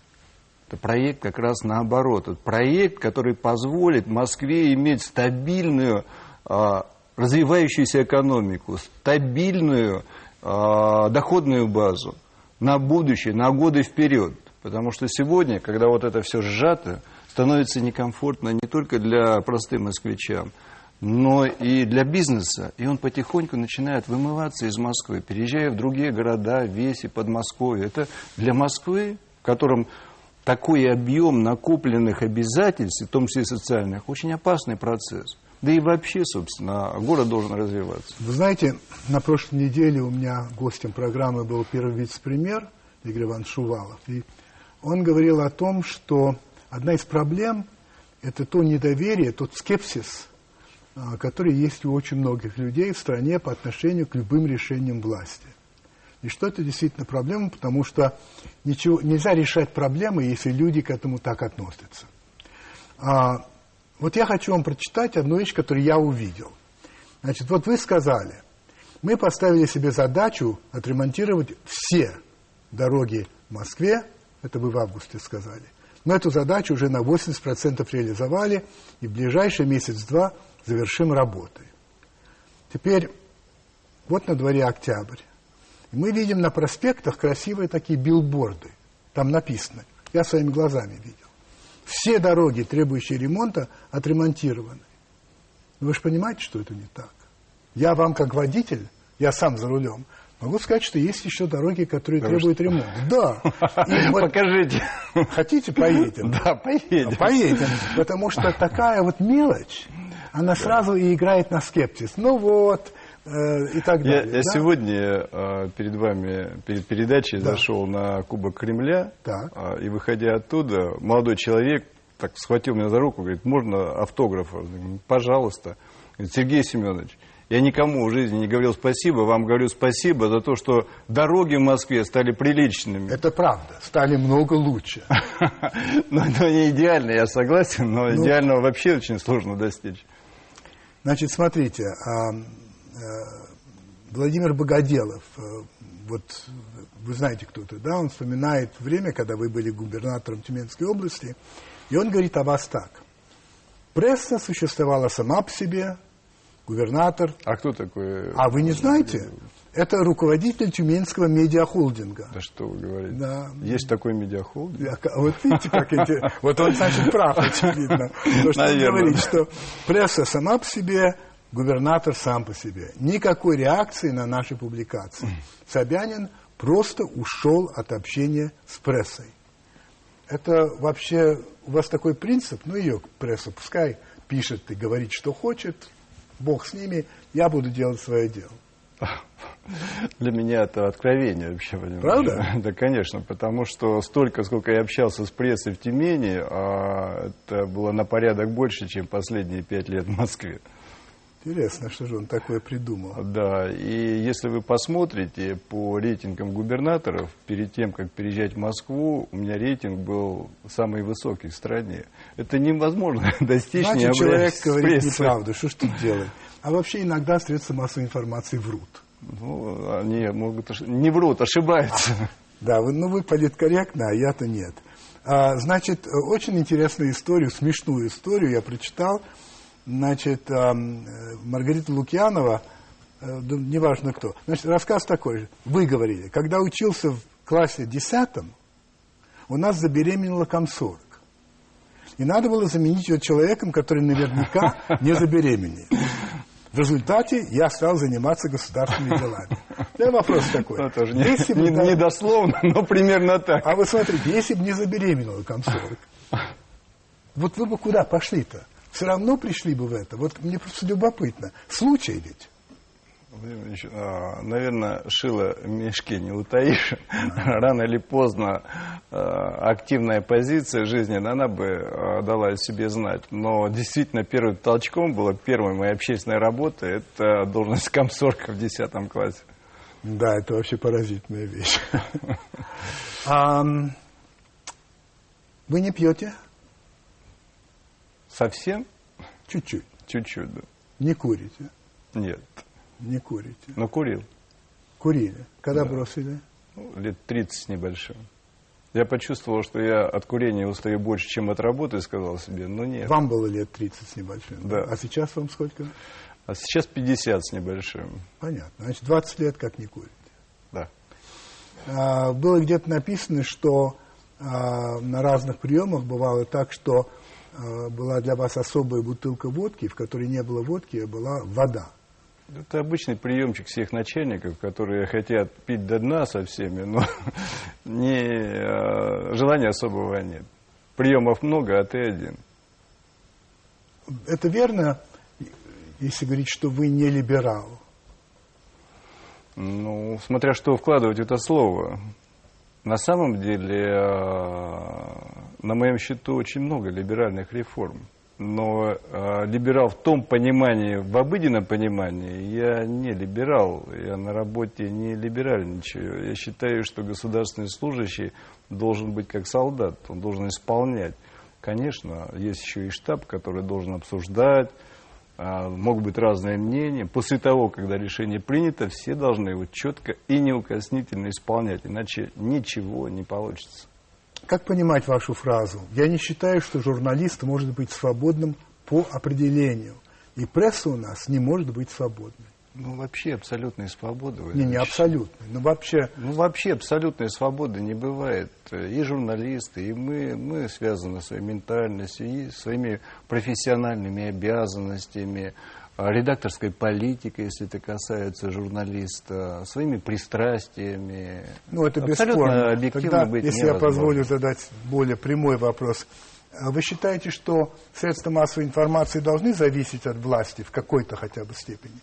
B: Это проект как раз наоборот. Это проект, который позволит Москве иметь стабильную, а, развивающуюся экономику, стабильную а, доходную базу на будущее, на годы вперед. Потому что сегодня, когда вот это все сжато, становится некомфортно не только для простых москвичам, но и для бизнеса. И он потихоньку начинает вымываться из Москвы, переезжая в другие города, весь и Подмосковье. Это для Москвы, в котором такой объем накопленных обязательств, в том числе социальных, очень опасный процесс. Да и вообще, собственно, город должен развиваться.
A: Вы знаете, на прошлой неделе у меня гостем программы был первый вице-премьер Игорь Иванович Шувалов. И он говорил о том, что одна из проблем – это то недоверие, тот скепсис, который есть у очень многих людей в стране по отношению к любым решениям власти. и что это действительно проблема, потому что ничего, нельзя решать проблемы, если люди к этому так относятся. А, вот я хочу вам прочитать одну вещь, которую я увидел. Значит, вот вы сказали, мы поставили себе задачу отремонтировать все дороги в Москве, это вы в августе сказали, но эту задачу уже на восемьдесят процентов реализовали, и в ближайший месяц-два завершим работы. Теперь, вот на дворе октябрь. И мы видим на проспектах красивые такие билборды. Там написано, я своими глазами видел. Все дороги, требующие ремонта, отремонтированы. Но вы же понимаете, что это не так. Я вам, как водитель, я сам за рулем, могу сказать, что есть еще дороги, которые да требуют что? ремонта. Да.
B: Вот покажите.
A: Хотите, поедем?
B: Да, поедем.
A: Поедем. Потому что такая вот мелочь, она сразу и играет на скепсис. Ну вот, э, и так далее.
B: Я, я
A: да?
B: сегодня э, перед вами, перед передачей да. зашел на Кубок Кремля, э, и выходя оттуда, молодой человек так схватил меня за руку, говорит, можно автограф? Пожалуйста. Говорит, Сергей Семенович, я никому в жизни не говорил спасибо, вам говорю спасибо за то, что дороги в Москве стали приличными.
A: Это правда, стали много лучше.
B: Но не идеально, я согласен, но идеального вообще очень сложно достичь.
A: Значит, смотрите, Владимир Богоделов, вот вы знаете, кто это, да, он вспоминает время, когда вы были губернатором Тюменской области, и он говорит о вас так. Пресса существовала сама по себе, губернатор.
B: А кто такой?
A: А вы не знаете? Это руководитель Тюменского медиахолдинга.
B: Да что вы говорите?
A: Да.
B: Есть такой медиахолдинг?
A: Я, вот видите, как эти... Вот он, значит, прав, очевидно. То, что он говорит, что пресса сама по себе, губернатор сам по себе. Никакой реакции на наши публикации. Собянин просто ушел от общения с прессой. Это вообще... У вас такой принцип, ну ее пресса пускай пишет и говорит, что хочет, Бог с ними, я буду делать свое дело.
B: Для меня это откровение вообще, понимаете?
A: Правда?
B: Да, конечно, потому что столько, сколько я общался с прессой в Тюмени, а это было на порядок больше, чем последние пять лет в Москве.
A: Интересно, что же он такое придумал.
B: Да, и если вы посмотрите по рейтингам губернаторов, перед тем, как переезжать в Москву, у меня рейтинг был самый высокий в стране. Это невозможно достичь,
A: значит,
B: не обращаясь
A: человек
B: с
A: говорит
B: прессой.
A: Неправду, что ж тут делать? А вообще иногда средства массовой информации врут.
B: Ну, они могут ош... не врут, ошибаются.
A: А, да, вы, ну вы политкорректны, а я-то нет. А, значит, очень интересную историю, смешную историю я прочитал. Значит, Маргарита Лукьянова, неважно кто, значит, рассказ такой же. Вы говорили, когда учился в классе десятом, у нас забеременела комсорг. И надо было заменить ее человеком, который наверняка не забеременеет. В результате я стал заниматься государственными делами. Это вопрос такой.
B: Ну, тоже не, если не, бы, не дословно, но примерно так.
A: А вы смотрите, если бы не забеременела комсорг, вот вы бы куда пошли-то? Все равно пришли бы в это. Вот мне просто любопытно. Случай ведь.
B: Наверное, шило в мешке не утаишь. Рано или поздно активная позиция жизненная, она бы дала о себе знать. Но действительно первым толчком была первой моей общественной работы. Это должность комсорга в десятом классе.
A: Да, это вообще поразительная вещь. а, вы не пьете?
B: Совсем?
A: Чуть-чуть.
B: Чуть-чуть, да.
A: Не курите?
B: Нет.
A: Не курите?
B: Но курил.
A: Курили? Когда
B: да.
A: бросили?
B: Ну, лет тридцать с небольшим. Я почувствовал, что я от курения устаю больше, чем от работы, и сказал себе, но нет.
A: Вам было лет тридцать с небольшим?
B: Да.
A: А сейчас вам сколько?
B: А сейчас пятьдесят с небольшим.
A: Понятно. Значит, двадцать лет как не курите?
B: Да.
A: А, было где-то написано, что а, на разных приемах бывало так, что была для вас особая бутылка водки, в которой не было водки, а была вода.
B: Это обычный приемчик всех начальников, которые хотят пить до дна со всеми, но не, желания особого нет. Приемов много, а ты один.
A: Это верно, если говорить, что вы не либерал?
B: Ну, смотря что вкладывать в это слово. На самом деле, на моем счету очень много либеральных реформ. но э, либерал в том понимании, в обыденном понимании, я не либерал, я на работе не либеральничаю. Я считаю, что государственный служащий должен быть как солдат, он должен исполнять. Конечно, есть еще и штаб, который должен обсуждать, э, могут быть разные мнения. После того, когда решение принято, все должны его четко и неукоснительно исполнять, иначе ничего не получится.
A: Как понимать вашу фразу? Я не считаю, что журналист может быть свободным по определению. И пресса у нас не может быть свободной.
B: Ну, вообще абсолютной свободы.
A: Не, не абсолютной, но вообще...
B: Ну, вообще абсолютной свободы не бывает. И журналисты, и мы, мы связаны своей ментальностью, и своими профессиональными обязанностями, редакторской политикой, если это касается журналиста, своими пристрастиями.
A: Ну, это бесспорно. Тогда, быть если невозможно. Я позволю задать более прямой вопрос. Вы считаете, что средства массовой информации должны зависеть от власти в какой-то хотя бы степени?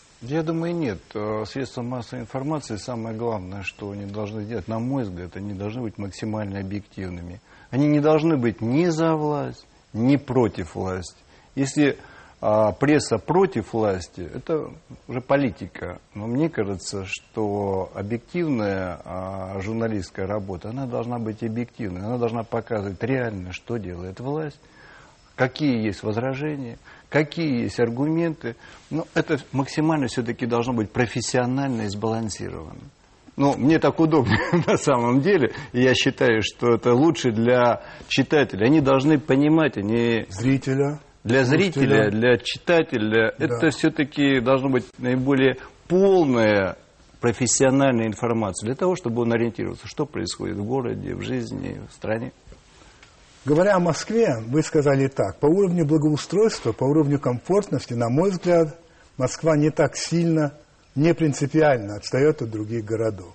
B: Я думаю, нет. Средства массовой информации, самое главное, что они должны делать, на мой взгляд, они должны быть максимально объективными. Они не должны быть ни за власть, ни против власти. Если а пресса против власти, это уже политика. Но мне кажется, что объективная а, журналистская работа, она должна быть объективной. Она должна показывать реально, что делает власть, какие есть возражения, какие есть аргументы. Но это максимально все-таки должно быть профессионально и сбалансировано. Ну, мне так удобнее на самом деле. И я считаю, что это лучше для читателя. Они должны понимать, они...
A: Зрителя.
B: Для зрителя, для читателя, да. Это все-таки должно быть наиболее полная профессиональная информация, для того, чтобы он ориентировался, что происходит в городе, в жизни, в стране.
A: Говоря о Москве, вы сказали так: по уровню благоустройства, по уровню комфортности, на мой взгляд, Москва не так сильно, не принципиально отстает от других городов.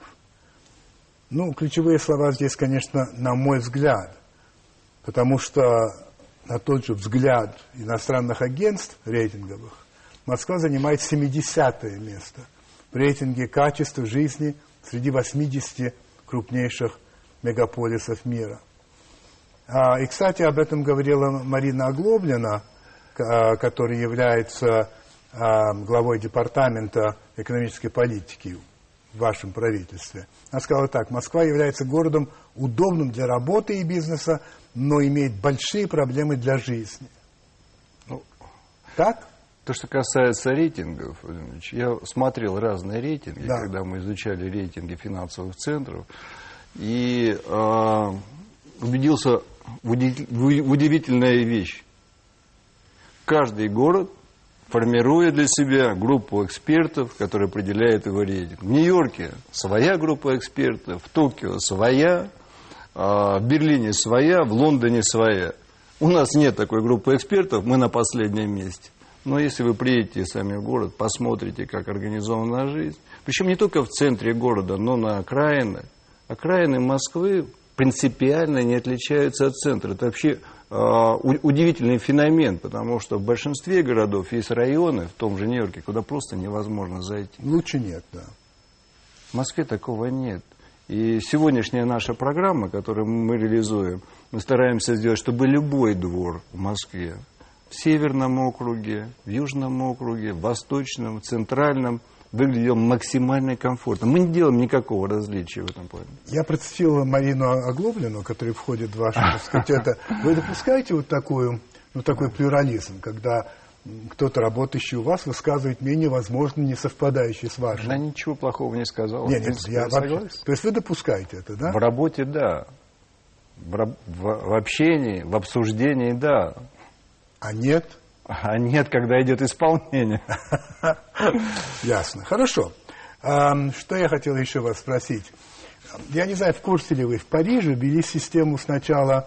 A: Ну, ключевые слова здесь, конечно, на мой взгляд, потому что на тот же взгляд иностранных агентств рейтинговых, Москва занимает семидесятое место в рейтинге качества жизни среди восьмидесяти крупнейших мегаполисов мира. А, и, кстати, об этом говорила Марина Оглоблина, которая является а, главой департамента экономической политики в вашем правительстве. Она сказала так: Москва является городом удобным для работы и бизнеса, но имеет большие проблемы для жизни. Ну, так?
B: То, что касается рейтингов, я смотрел разные рейтинги, да. Когда мы изучали рейтинги финансовых центров, и э, убедился в, удив... в удивительная вещь. Каждый город формирует для себя группу экспертов, которые определяют его рейтинг. В Нью-Йорке своя группа экспертов, в Токио своя, в Берлине своя, в Лондоне своя. У нас нет такой группы экспертов, мы на последнем месте. Но если вы приедете сами в город, посмотрите, как организована жизнь, причем не только в центре города, но на окраинах. Окраины Москвы принципиально не отличаются от центра. Это вообще э, удивительный феномен, потому что в большинстве городов есть районы, в том же Нью-Йорке, куда просто невозможно зайти.
A: Лучше нет, да.
B: В Москве такого нет. И сегодняшняя наша программа, которую мы реализуем, мы стараемся сделать, чтобы любой двор в Москве, в Северном округе, в Южном округе, в Восточном, в Центральном, выглядел максимально комфортно. Мы не делаем никакого различия в этом плане.
A: Я процитировал Марину Оглоблину, которая входит в ваше факультет. Вы допускаете вот такую, ну, такой плюрализм, когда кто-то, работающий у вас, высказывает мнение, возможно, не совпадающее с вашим?
B: Она ничего плохого не сказала.
A: Нет, нет, я вообще... То есть вы допускаете это, да?
B: В работе, да. В, в, в общении, в обсуждении, да.
A: А нет?
B: А нет, когда идет исполнение.
A: Ясно. Хорошо. Что я хотел еще вас спросить? Я не знаю, в курсе ли вы, в Париже ввели систему сначала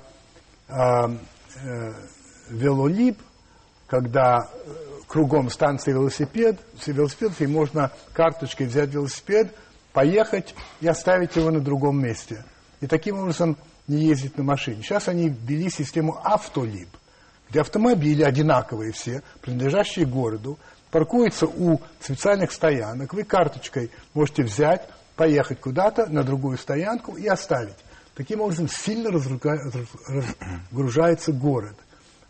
A: велолиб, когда кругом станции велосипед, велосипедов, и можно карточкой взять велосипед, поехать и оставить его на другом месте. И таким образом не ездить на машине. Сейчас они ввели систему автолиб, где автомобили одинаковые все, принадлежащие городу, паркуются у специальных стоянок. Вы карточкой можете взять, поехать куда-то на другую стоянку и оставить. Таким образом сильно разгружается город.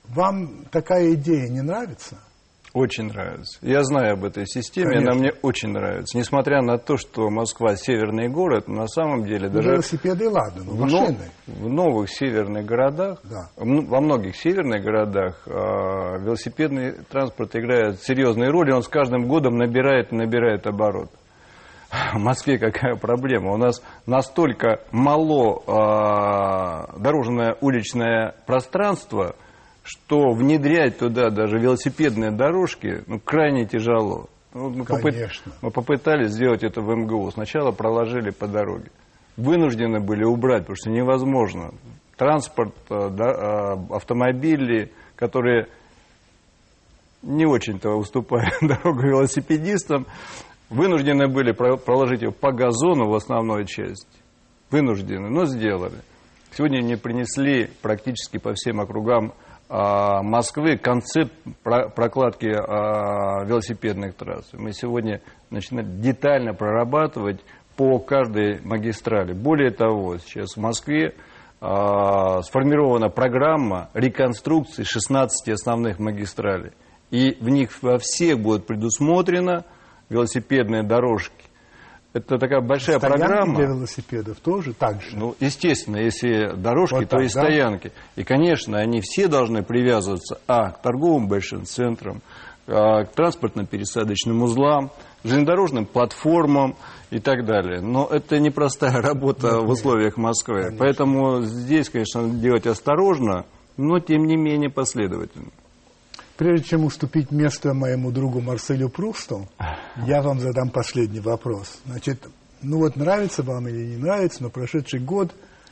A: Вам такая идея не нравится?
B: Очень нравится. Я знаю об этой системе,
A: Конечно.
B: она мне очень нравится. Несмотря на то, что Москва северный город, на самом деле даже
A: велосипеды, ладно, но
B: в,
A: машины.
B: в новых северных городах,
A: Да.
B: во многих северных городах э, велосипедный транспорт играет серьезную роль, и он с каждым годом набирает и набирает оборот. В Москве какая проблема? У нас настолько мало э, дорожное уличное пространство, что внедрять туда даже велосипедные дорожки ну, крайне тяжело. Ну, мы,
A: Конечно.
B: попыт... мы попытались сделать это в эм гэ у. Сначала проложили по дороге. Вынуждены были убрать, потому что невозможно. Транспорт, да, автомобили, которые не очень-то уступают дорогу велосипедистам, вынуждены были проложить его по газону в основной части. Вынуждены, но сделали. Сегодня они принесли практически по всем округам Москвы концепт прокладки велосипедных трасс. Мы сегодня начинаем детально прорабатывать по каждой магистрали. Более того, сейчас в Москве сформирована программа реконструкции шестнадцати основных магистралей. И в них во всех будет предусмотрено велосипедные дорожки. Это такая большая
A: стоянки
B: программа.
A: Для велосипедов тоже так же.
B: Ну, естественно, если дорожки,
A: Вот
B: то
A: так,
B: и
A: да?
B: стоянки. И, конечно, они все должны привязываться, а, к торговым большим центрам, а, к транспортно-пересадочным узлам, железнодорожным платформам и так далее. Но это непростая работа в условиях Москвы.
A: Конечно.
B: Поэтому здесь, конечно, делать осторожно, но, тем не менее, последовательно.
A: Прежде чем уступить место моему другу Марселю Прусту, я вам задам последний вопрос. Значит, ну вот нравится вам или не нравится, но прошедший год,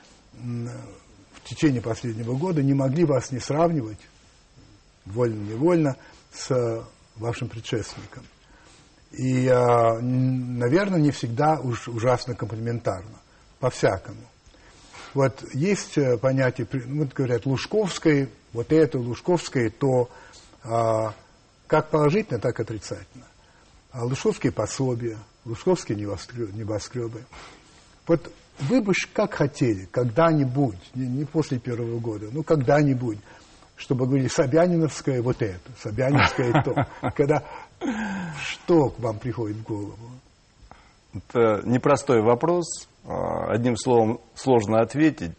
A: в течение последнего года, не могли вас не сравнивать, вольно-невольно, с вашим предшественником. И, наверное, не всегда уж ужасно комплиментарно, по-всякому. Вот есть понятие, вот говорят, Лужковской, вот это, Лужковской, то а, как положительно, так и отрицательно. А Лужковские пособия, Лужковские небоскребы. Вот вы бы как хотели, когда-нибудь, не, не после первого года, но когда-нибудь, чтобы говорили Собяниновское вот это, Собяниновское то. Когда что к вам приходит в голову?
B: Это непростой вопрос. Одним словом сложно ответить,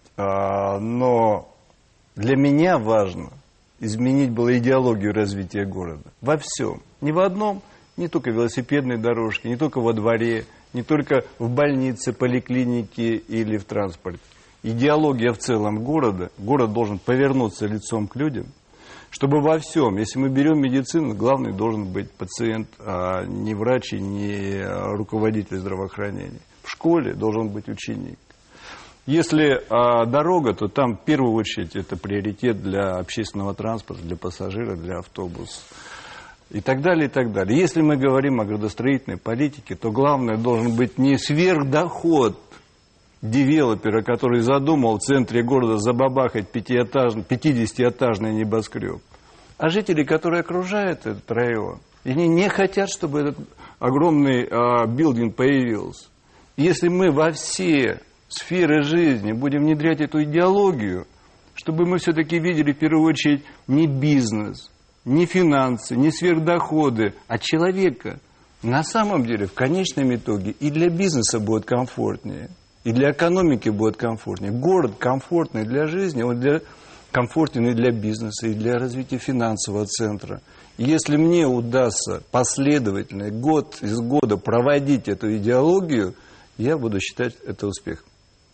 B: но для меня важно изменить было идеологию развития города. Во всем. Не в одном, не только в велосипедной дорожке, не только во дворе, не только в больнице, поликлинике или в транспорте. Идеология в целом города. Город должен повернуться лицом к людям, чтобы во всем, если мы берем медицину, главный должен быть пациент, а не врач и не руководитель здравоохранения. В школе должен быть ученик. Если а, дорога, то там в первую очередь это приоритет для общественного транспорта, для пассажира, для автобуса и так далее, и так далее. Если мы говорим о градостроительной политике, то главное должен быть не сверхдоход девелопера, который задумал в центре города забабахать пятиэтажный, пятидесятиэтажный небоскреб, а жители, которые окружают этот район, и они не хотят, чтобы этот огромный а, билдинг появился. Если мы во все сферы жизни будем внедрять эту идеологию, чтобы мы все-таки видели в первую очередь не бизнес, не финансы, не сверхдоходы, а человека, на самом деле в конечном итоге и для бизнеса будет комфортнее, и для экономики будет комфортнее. Город комфортный для жизни, он для, комфортный и для бизнеса, и для развития финансового центра. И если мне удастся последовательно, год из года проводить эту идеологию, я буду считать это успехом.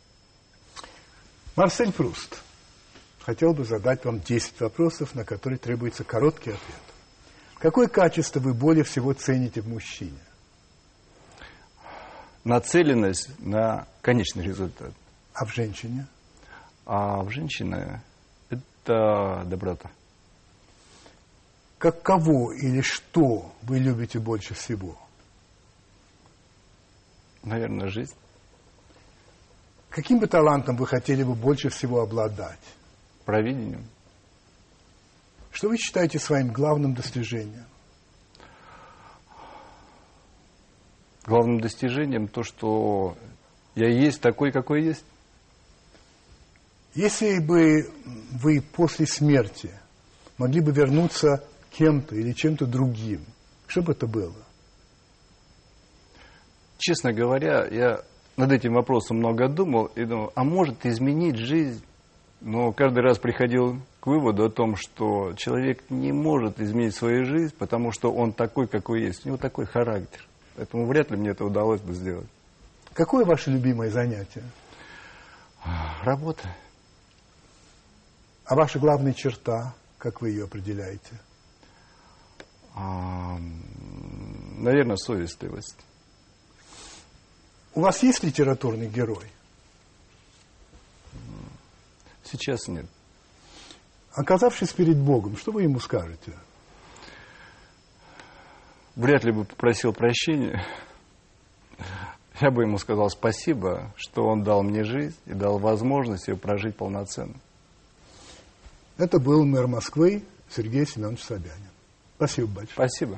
A: Марсель Пруст, хотел бы задать вам десять вопросов, на которые требуется короткий ответ. Какое качество вы более всего цените в мужчине?
B: Нацеленность на конечный результат.
A: А в женщине?
B: А в женщине это доброта.
A: Как кого или что вы любите больше всего?
B: Наверное, жизнь.
A: Каким бы талантом вы хотели бы больше всего обладать?
B: Провидением.
A: Что вы считаете своим главным достижением?
B: Главным достижением то, что я есть такой, какой есть.
A: Если бы вы после смерти могли бы вернуться кем-то или чем-то другим, что бы это было?
B: Честно говоря, я над этим вопросом много думал и думал, а может изменить жизнь? Но каждый раз приходил к выводу о том, что человек не может изменить свою жизнь, потому что он такой, какой есть. У него такой характер. Поэтому вряд ли мне это удалось бы сделать.
A: Какое ваше любимое занятие?
B: Работа.
A: А ваша главная черта, как вы ее определяете?
B: А, наверное, совестливость.
A: У вас есть литературный герой?
B: Сейчас нет.
A: Оказавшись перед Богом, что вы ему скажете?
B: Вряд ли бы попросил прощения. Я бы ему сказал спасибо, что он дал мне жизнь и дал возможность ее прожить полноценно.
A: Это был мэр Москвы Сергей Семенович Собянин. Спасибо большое.
B: Спасибо.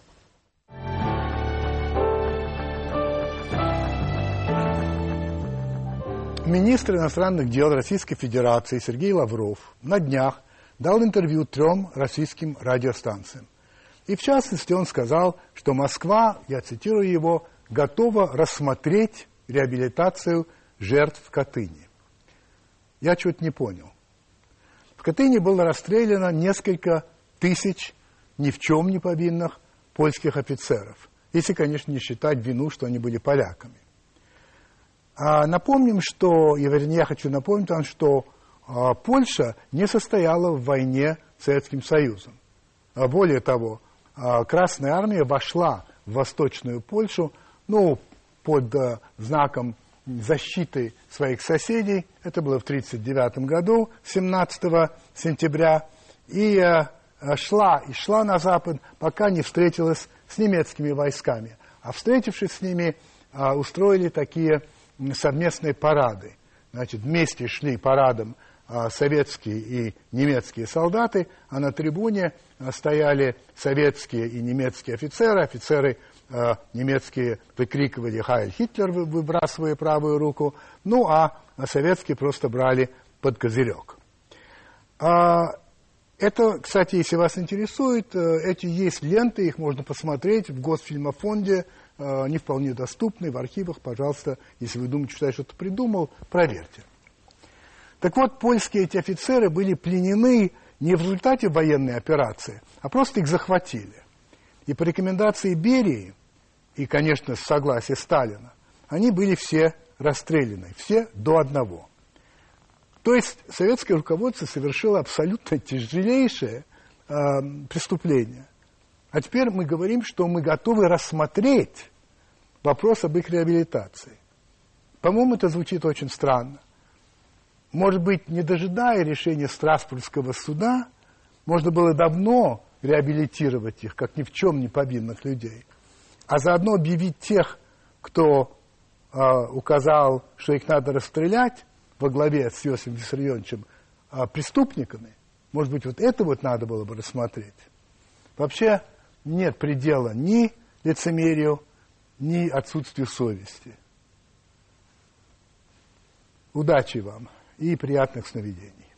A: Министр иностранных дел Российской Федерации Сергей Лавров на днях дал интервью трем российским радиостанциям. И в частности он сказал, что Москва, я цитирую его, готова рассмотреть реабилитацию жертв в Катыни. Я чего-то не понял. В Катыни было расстреляно несколько тысяч ни в чем не повинных польских офицеров. Если, конечно, не считать вину, что они были поляками. А напомним, что, и вернее, я хочу напомнить вам, что а, Польша не состояла в войне с Советским Союзом. А более того, а, Красная Армия вошла в Восточную Польшу, ну, под а, знаком защиты своих соседей. Это было в тысяча девятьсот тридцать девятом году, семнадцатого сентября. И а, шла, и шла на запад, пока не встретилась с немецкими войсками. А встретившись с ними, а, устроили такие совместные парады. Значит, вместе шли парадом а, советские и немецкие солдаты, а на трибуне а, стояли советские и немецкие офицеры. Офицеры а, немецкие выкрикивали «Хайль Хитлер», выбрасывая правую руку, ну а, а советские просто брали под козырек. А, это, кстати, если вас интересует, эти есть ленты, их можно посмотреть в Госфильмофонде, они вполне доступны в архивах, пожалуйста, если вы думаете, что я что-то придумал, проверьте. Так вот, польские эти офицеры были пленены не в результате военной операции, а просто их захватили. И по рекомендации Берии, и, конечно, с согласия Сталина, они были все расстреляны, все до одного. То есть советское руководство совершило абсолютно тяжелейшее э, преступление. А теперь мы говорим, что мы готовы рассмотреть вопрос об их реабилитации. По-моему, это звучит очень странно. Может быть, не дожидая решения Страсбургского суда, можно было давно реабилитировать их, как ни в чем не повинных людей, а заодно объявить тех, кто э, указал, что их надо расстрелять во главе с Иосифом Виссарионовичем, э, преступниками. Может быть, вот это вот надо было бы рассмотреть. Вообще нет предела ни лицемерию, ни отсутствию совести. Удачи вам и приятных сновидений.